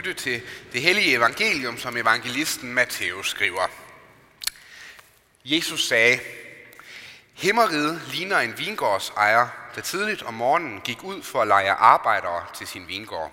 lytte til det hellige evangelium, som evangelisten Matthæus skriver. Jesus sagde, Himmeriget ligner en vingårdsejer, der tidligt om morgenen gik ud for at leje arbejdere til sin vingård.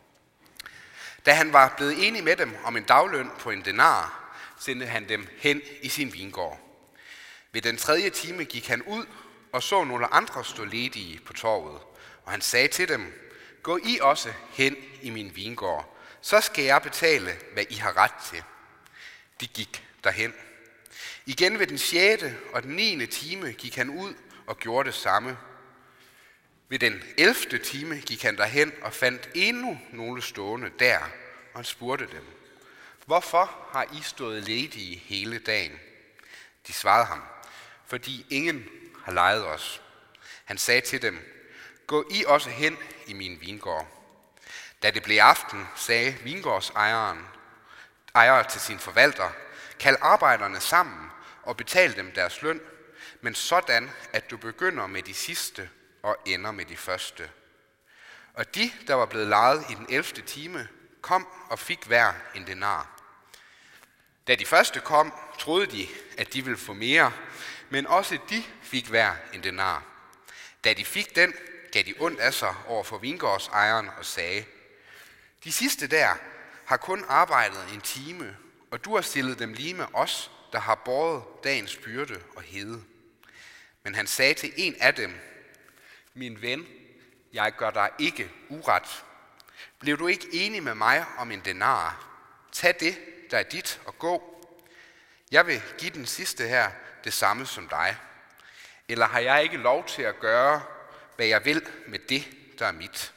Da han var blevet enig med dem om en dagløn på en denar, sendte han dem hen i sin vingård. Ved den 3. time gik han ud og så nogle andre stå ledige på torvet, og han sagde til dem, gå I også hen i min vingård, så skal jeg betale, hvad I har ret til. De gik derhen. Igen ved den 6. og den 9. time gik han ud og gjorde det samme. Ved den 11. time gik han derhen og fandt endnu nogle stående der, og han spurgte dem, hvorfor har I stået ledige hele dagen? De svarede ham, fordi ingen har lejet os. Han sagde til dem, gå I også hen i min vingård. Da det blev aften, sagde vingårdsejeren til sin forvalter, kald arbejderne sammen og betal dem deres løn, men sådan, at du begynder med de sidste og ender med de første. Og de, der var blevet lejet i den 11. time, kom og fik hver en denar. Da de første kom, troede de, at de ville få mere, men også de fik hver en denar. Da de fik den, gav de ondt af sig over for vingårdsejeren og sagde, de sidste der har kun arbejdet en time, og du har stillet dem lige med os, der har båret dagens byrde og hede. Men han sagde til en af dem, min ven, jeg gør dig ikke uret. Blev du ikke enig med mig om en denar? Tag det, der er dit, og gå. Jeg vil give den sidste her det samme som dig. Eller har jeg ikke lov til at gøre, hvad jeg vil med det, der er mit?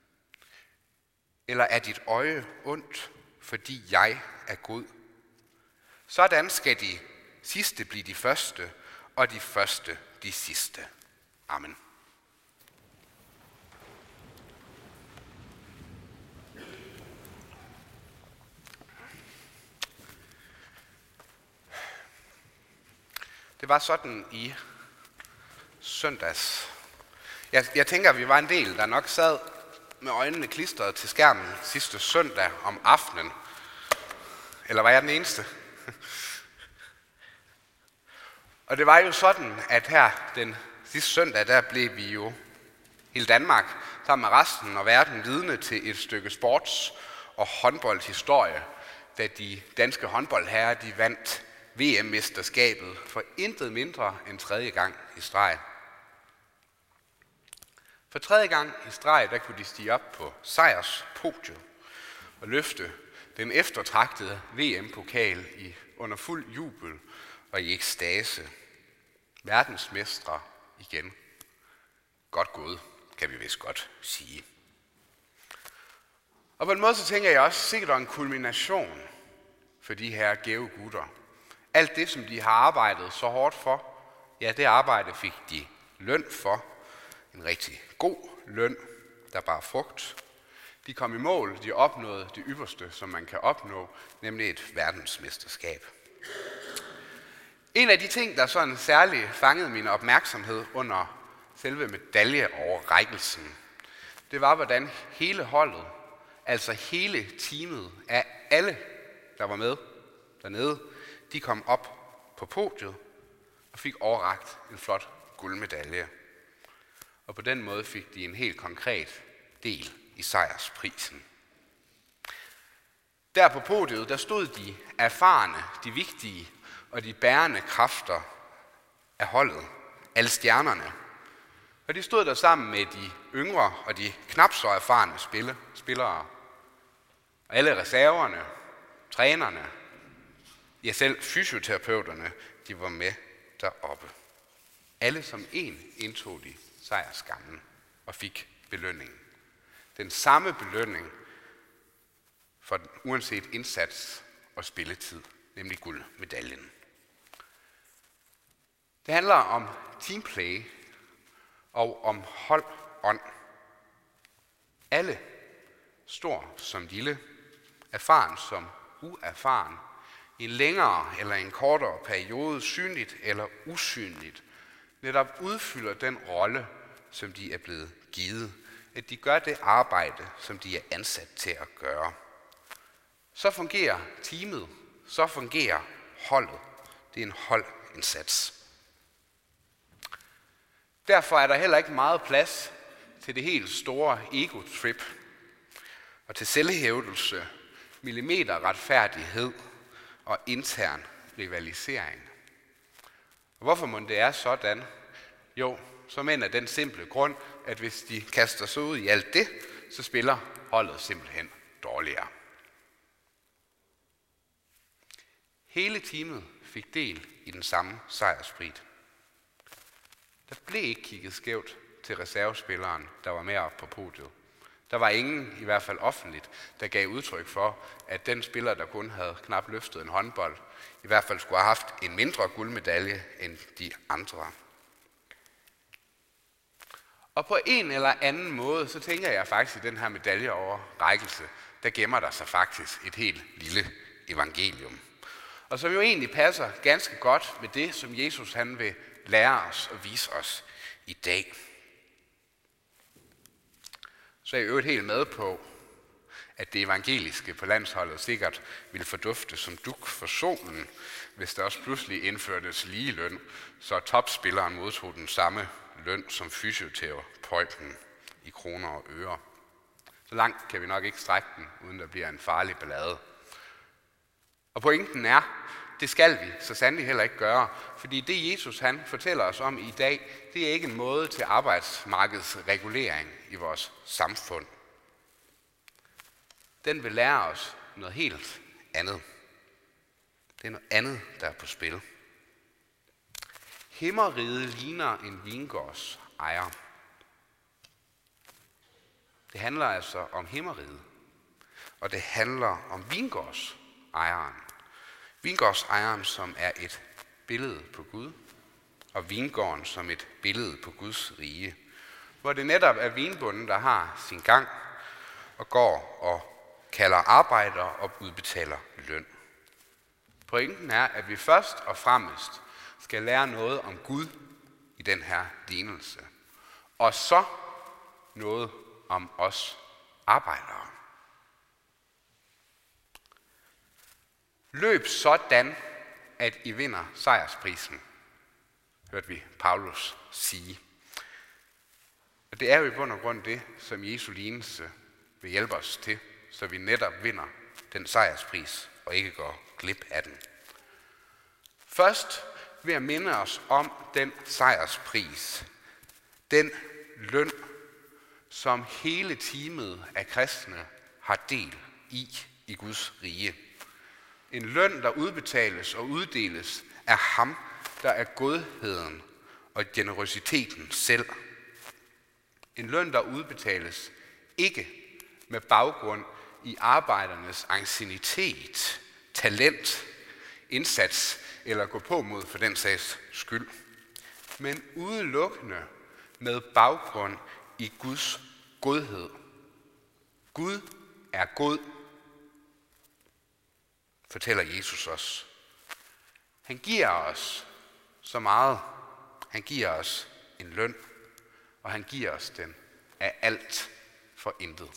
Eller er dit øje ondt, fordi jeg er god? Sådan skal de sidste blive de første, og de første de sidste. Amen. Det var sådan i søndags. Jeg tænker, at vi var en del, der nok sad med øjnene klistret til skærmen sidste søndag om aftenen. Eller var jeg den eneste? Og det var jo sådan, at her den sidste søndag, der blev vi jo hele Danmark sammen med resten af verden vidne til et stykke sports- og håndboldhistorie, da de danske håndboldherrer de vandt VM-mesterskabet for intet mindre end 3. gang i streg. For 3. gang i streg, der kunne de stige op på sejrspodiet og løfte den eftertragtede VM-pokal under fuld jubel og i ekstase. Verdensmestre igen. Godt gået, kan vi vist godt sige. Og på en måde så tænker jeg også, sikkert en kulmination for de her gæve gutter. Alt det, som de har arbejdet så hårdt for, ja, det arbejde fik de løn for. En rigtig god løn, der bar frugt. De kom i mål, de opnåede det ypperste, som man kan opnå, nemlig et verdensmesterskab. En af de ting, der sådan særligt fangede min opmærksomhed under selve medaljeoverrækkelsen, det var, hvordan hele holdet, altså hele teamet af alle, der var med dernede, de kom op på podiet og fik overrakt en flot guldmedalje. Og på den måde fik de en helt konkret del i sejrsprisen. Der på podiet, der stod de erfarne, de vigtige og de bærende kræfter af holdet, alle stjernerne. Og de stod der sammen med de yngre og de knap så erfarne spillere. Og alle reserverne, trænerne, ja selv fysioterapeuterne, de var med deroppe. Alle som en indtog de sejrskammen og fik belønningen. Den samme belønning for uanset indsats og spilletid, nemlig guldmedaljen. Det handler om teamplay og om holdånd. Alle, stor som lille, erfaren som uerfaren, i en længere eller en kortere periode, synligt eller usynligt, netop udfylder den rolle, som de er blevet givet. At de gør det arbejde, som de er ansat til at gøre. så fungerer teamet, så fungerer holdet. Det er en holdindsats. Derfor er der heller ikke meget plads til det helt store ego-trip og til selvhævdelse, millimeterretfærdighed og intern rivalisering. Og hvorfor må det er sådan? Jo, så mener den simple grund, at hvis de kaster sig ud i alt det, så spiller holdet simpelthen dårligere. Hele teamet fik del i den samme sejrsprit. Der blev ikke kigget skævt til reservespilleren, der var med op på podiet. Der var ingen, i hvert fald offentligt, der gav udtryk for, at den spiller, der kun havde knap løftet en håndbold, i hvert fald skulle have haft en mindre guldmedalje end de andre. Og på en eller anden måde, så tænker jeg faktisk, i den her medaljeoverrækkelse, der gemmer der sig faktisk et helt lille evangelium. Og som jo egentlig passer ganske godt med det, som Jesus han vil lære os og vise os i dag. Så er jeg øvrigt helt med på, at det evangeliske på landsholdet sikkert ville fordufte som dug for solen, hvis der også pludselig indførtes ligeløn, så topspilleren modtog den samme løn som fysioterapeuten i kroner og øre. Så langt kan vi nok ikke strække den, uden der bliver en farlig ballade. Og pointen er, det skal vi så sandelig heller ikke gøre, fordi det Jesus han fortæller os om i dag, det er ikke en måde til arbejdsmarkedsregulering i vores samfund. Den vil lære os noget helt andet. Det er noget andet, der er på spil. Himmeriget ligner en vingårds ejer. Det handler altså om himmeriget, og det handler om vingårdsejeren. Vingårdsejeren, som er et billede på Gud, og vingården som et billede på Guds rige, hvor det netop er vinbonden, der har sin gang og går og kalder arbejdere og udbetaler løn. Pointen er, at vi først og fremmest skal lære noget om Gud i den her lignelse, og så noget om os arbejdere. Løb sådan, at I vinder sejrsprisen, hørte vi Paulus sige. Og det er jo i bund og grund det, som Jesu lignelse vil hjælpe os til, så vi netop vinder den sejrspris og ikke går glip af den. Først ved at minde os om den sejrspris, den løn, som hele teamet af kristne har del i Guds rige. En løn, der udbetales og uddeles af ham, der er godheden og generøsiteten selv. En løn, der udbetales ikke med baggrund i arbejdernes anciennitet, talent, indsats eller gå på mod for den sags skyld, men udelukkende med baggrund i Guds godhed. Gud er god, fortæller Jesus os. Han giver os så meget. Han giver os en løn, og han giver os den af alt for intet.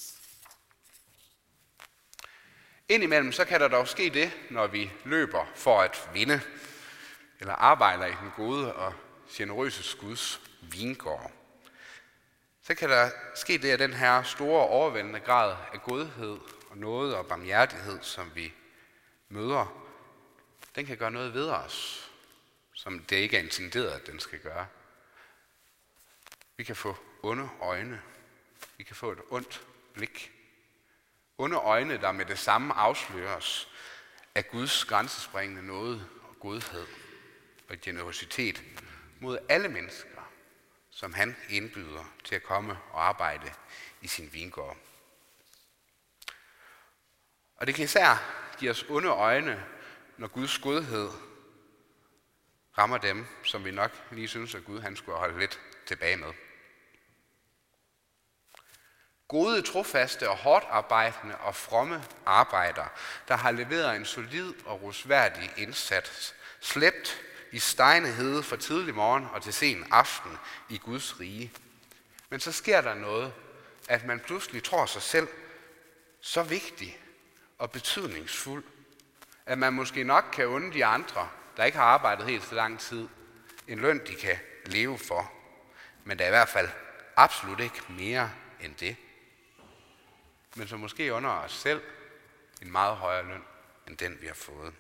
Indimellem så kan der dog ske det, når vi løber for at vinde, eller arbejder i den gode og generøse Guds vingård. Så kan der ske det, at den her store overvældende grad af godhed og nåde og barmhjertighed, som vi møder, den kan gøre noget ved os, som det ikke er intenderet, at den skal gøre. Vi kan få onde øjne. Vi kan få et ondt blik. Onde øjne, der med det samme afsløres af Guds grænsesprængende nåde og godhed og generøsitet mod alle mennesker, som han indbyder til at komme og arbejde i sin vingård. Og det kan især give os onde øjne, når Guds godhed rammer dem, som vi nok lige synes, at Gud han skulle holde lidt tilbage med. Gode, trofaste og hårdt arbejdende og fromme arbejdere, der har leveret en solid og rosværdig indsats, slæbt i stegende hede fra tidlig morgen og til sen aften i Guds rige. Men så sker der noget, at man pludselig tror sig selv så vigtig og betydningsfuld, at man måske nok kan unde de andre, der ikke har arbejdet helt så lang tid, en løn, de kan leve for. Men der er i hvert fald absolut ikke mere end det. Men så måske under os selv en meget højere løn, end den vi har fået.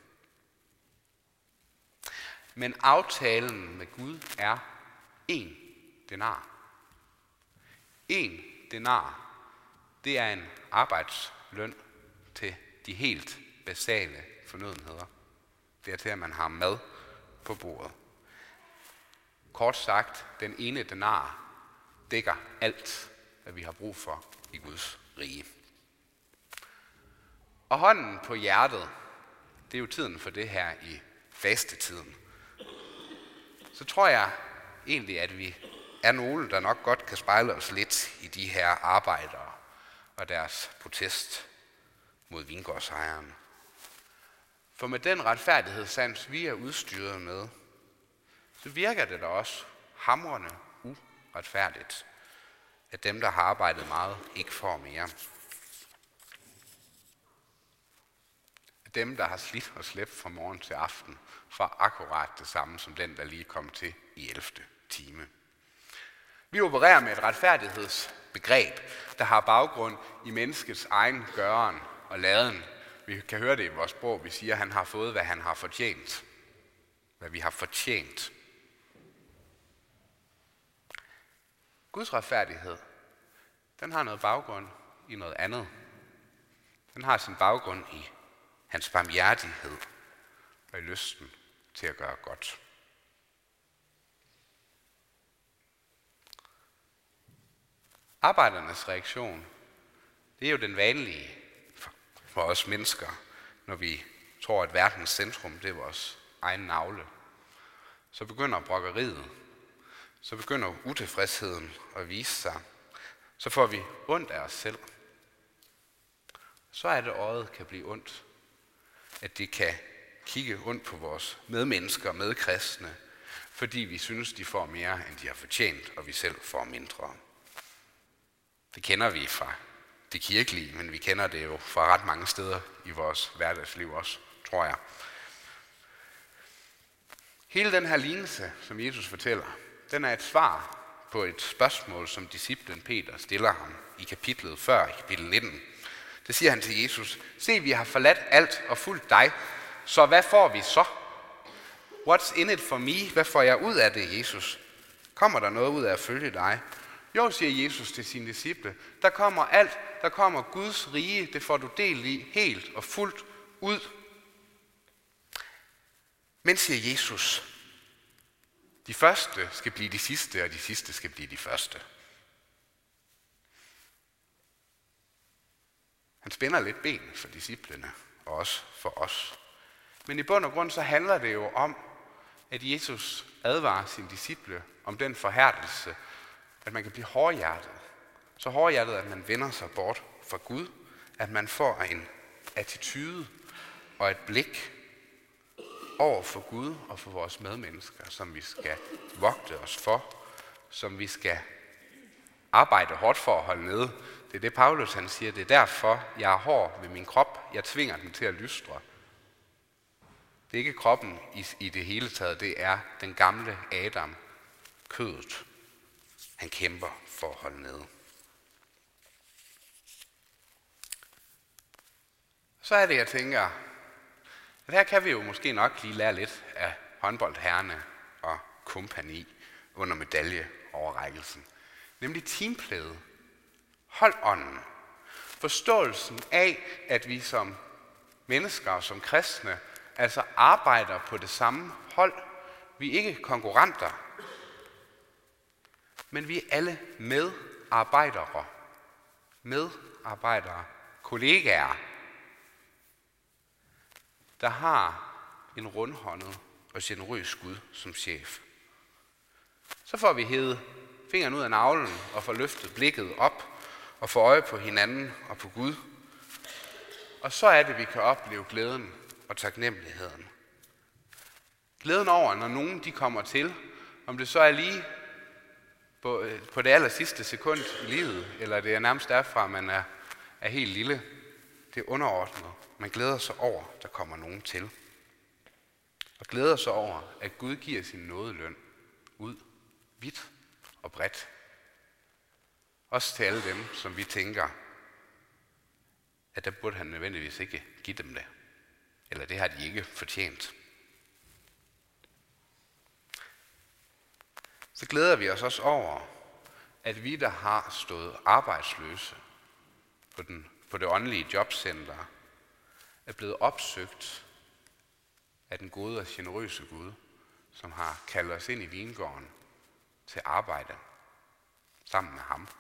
Men aftalen med Gud er 1 denar. 1 denar, det er en arbejdsløn til de helt basale fornødenheder. Det er til, at man har mad på bordet. Kort sagt, den ene denar dækker alt, hvad vi har brug for i Guds rige. Og hånden på hjertet, det er jo tiden for det her i fastetiden. Så tror jeg egentlig, at vi er nogle, der nok godt kan spejle os lidt i de her arbejdere og deres protest mod vingårdsejeren. For med den retfærdighedssans, vi er udstyret med, så virker det da også hamrende uretfærdigt, at dem, der har arbejdet meget, ikke får mere. Dem, der har slidt og slæbt fra morgen til aften, får akkurat det samme som den, der lige kom til i 11. time. Vi opererer med et retfærdighedsbegreb, der har baggrund i menneskets egen gøren og laden. Vi kan høre det i vores sprog, vi siger, at han har fået, hvad han har fortjent. Hvad vi har fortjent. Guds retfærdighed, den har noget baggrund i noget andet. Den har sin baggrund i hans barmhjertighed og i lysten til at gøre godt. Arbejdernes reaktion, det er jo den vanlige for os mennesker, når vi tror, at verdens centrum, det er vores egen navle. Så begynder brokkeriet, så begynder utilfredsheden at vise sig, så får vi ondt af os selv. Så er det, øjet kan blive ondt, at det kan kigge ondt på vores medmennesker og medkristne, fordi vi synes, de får mere, end de har fortjent, og vi selv får mindre. Det kender vi fra det kirkelige, men vi kender det jo fra ret mange steder i vores hverdagsliv også, tror jeg. Hele den her lignelse, som Jesus fortæller, den er et svar på et spørgsmål, som disciplen Peter stiller ham i kapitlet før, i kapitel 19. Det siger han til Jesus: se, vi har forladt alt og fulgt dig, så hvad får vi så? What's in it for me? Hvad får jeg ud af det, Jesus? Kommer der noget ud af at følge dig? Jo, siger Jesus til sine disciple, der kommer alt, der kommer Guds rige, det får du del i helt og fuldt ud. Men, siger Jesus, de første skal blive de sidste, og de sidste skal blive de første. Han spænder lidt ben for disciplene, og også for os. Men i bund og grund så handler det jo om, at Jesus advarer sine disciple om den forhærdelse, at man kan blive hårdhjertet. Så hårdhjertet, at man vender sig bort fra Gud, at man får en attitude og et blik over for Gud og for vores medmennesker, som vi skal vogte os for, som vi skal arbejde hårdt for at holde nede. Det er det, Paulus han siger, det er derfor, jeg er hård ved min krop, jeg tvinger den til at lystre. Det er ikke kroppen i det hele taget, det er den gamle Adam, kødet. Han kæmper for at holde nede. Så er det, jeg tænker, at her kan vi jo måske nok lige lære lidt af håndboldherrene og kompagni under medaljeoverrækkelsen. Nemlig teamplayet, holdånden, forståelsen af, at vi som mennesker og som kristne altså arbejder på det samme hold. Vi er ikke konkurrenter, men vi er alle medarbejdere, kollegaer, der har en rundhåndet og generøs Gud som chef. Så får vi hævet fingeren ud af navlen og får løftet blikket op og får øje på hinanden og på Gud. Og så er det, vi kan opleve glæden og taknemmeligheden. Glæden over, når nogen de kommer til, om det så er lige på det aller sidste sekund i livet, eller det er nærmest derfra, man er helt lille. Det er underordnet. Man glæder sig over, at der kommer nogen til. Og glæder sig over, at Gud giver sin nådeløn ud, vidt og bredt. Også til alle dem, som vi tænker, at der burde han nødvendigvis ikke give dem det. Eller det har de ikke fortjent. Så glæder vi os også over, at vi, der har stået arbejdsløse på det åndelige jobcenter, er blevet opsøgt af den gode og generøse Gud, som har kaldt os ind i vingården til arbejde sammen med ham.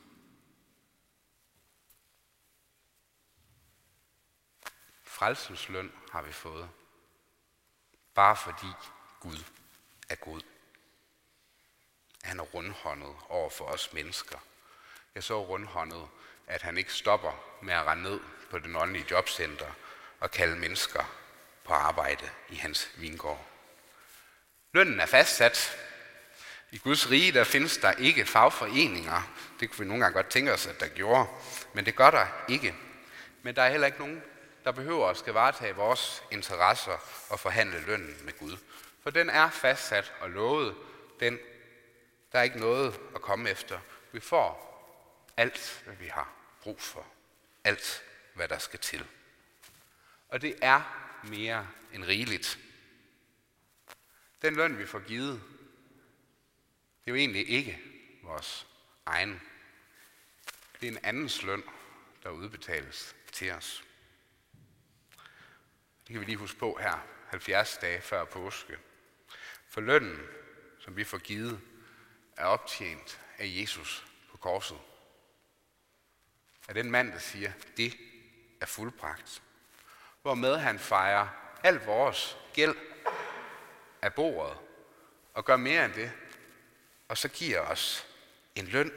Frelsens løn har vi fået, bare fordi Gud er god. Han er rundhåndet over for os mennesker. Jeg så rundhåndet, at han ikke stopper med at rende ned på den åndelige jobcenter og kalde mennesker på arbejde i hans vingård. Lønnen er fastsat. I Guds rige der findes der ikke fagforeninger. Det kunne vi nogle gange godt tænke os, at der gjorde. Men det gør der ikke. Men der er heller ikke nogen, der behøver at skal varetage vores interesser og forhandle lønnen med Gud. For den er fastsat og lovet. Der er ikke noget at komme efter. Vi får alt, hvad vi har brug for. Alt, hvad der skal til. Og det er mere end rigeligt. Den løn, vi får givet, det er jo egentlig ikke vores egen. Det er en andens løn, der udbetales til os. Det kan vi lige huske på her, 70 dage før påske. For lønnen, som vi får givet, er optjent af Jesus på korset. Af den mand, der siger, det er fuldbragt. Hvormed han fejrer al vores gæld af bordet og gør mere end det, og så giver os en løn,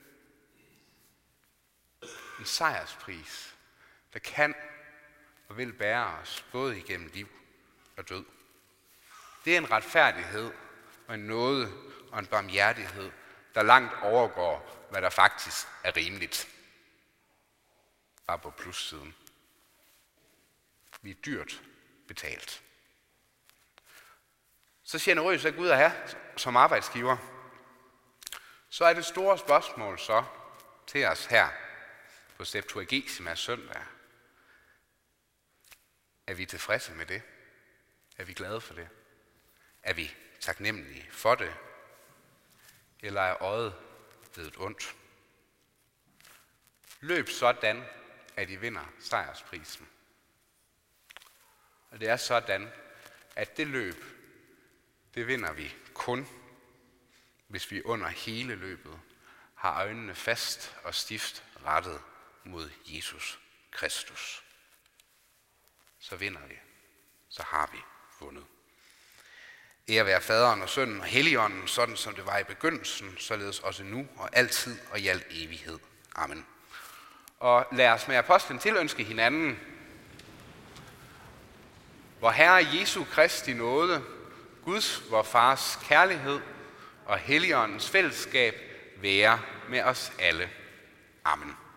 en sejrspris, der kan og vil bære os både igennem liv og død. Det er en retfærdighed og en nåde og en barmhjertighed, der langt overgår, hvad der faktisk er rimeligt. Bare på plussiden. Vi er dyrt betalt. Så generøs er Gud at have som arbejdsgiver. Så er det store spørgsmål så til os her på Septuagesima søndag. Er vi tilfredse med det? Er vi glade for det? Er vi taknemmelige for det? Eller er øjet blevet ondt? Løb sådan, at I vinder sejrsprisen. Og det er sådan, at det løb, det vinder vi kun, hvis vi under hele løbet har øjnene fast og stift rettet mod Jesus Kristus. Så vinder vi. Så har vi vundet. Ære være Faderen og Sønnen og Helligånden, sådan som det var i begyndelsen, således også nu og altid og i al evighed. Amen. Og lad os med apostlen tilønske hinanden, vor Herre Jesu Kristi nåde, Guds, vor Fars kærlighed og Helligåndens fællesskab være med os alle. Amen.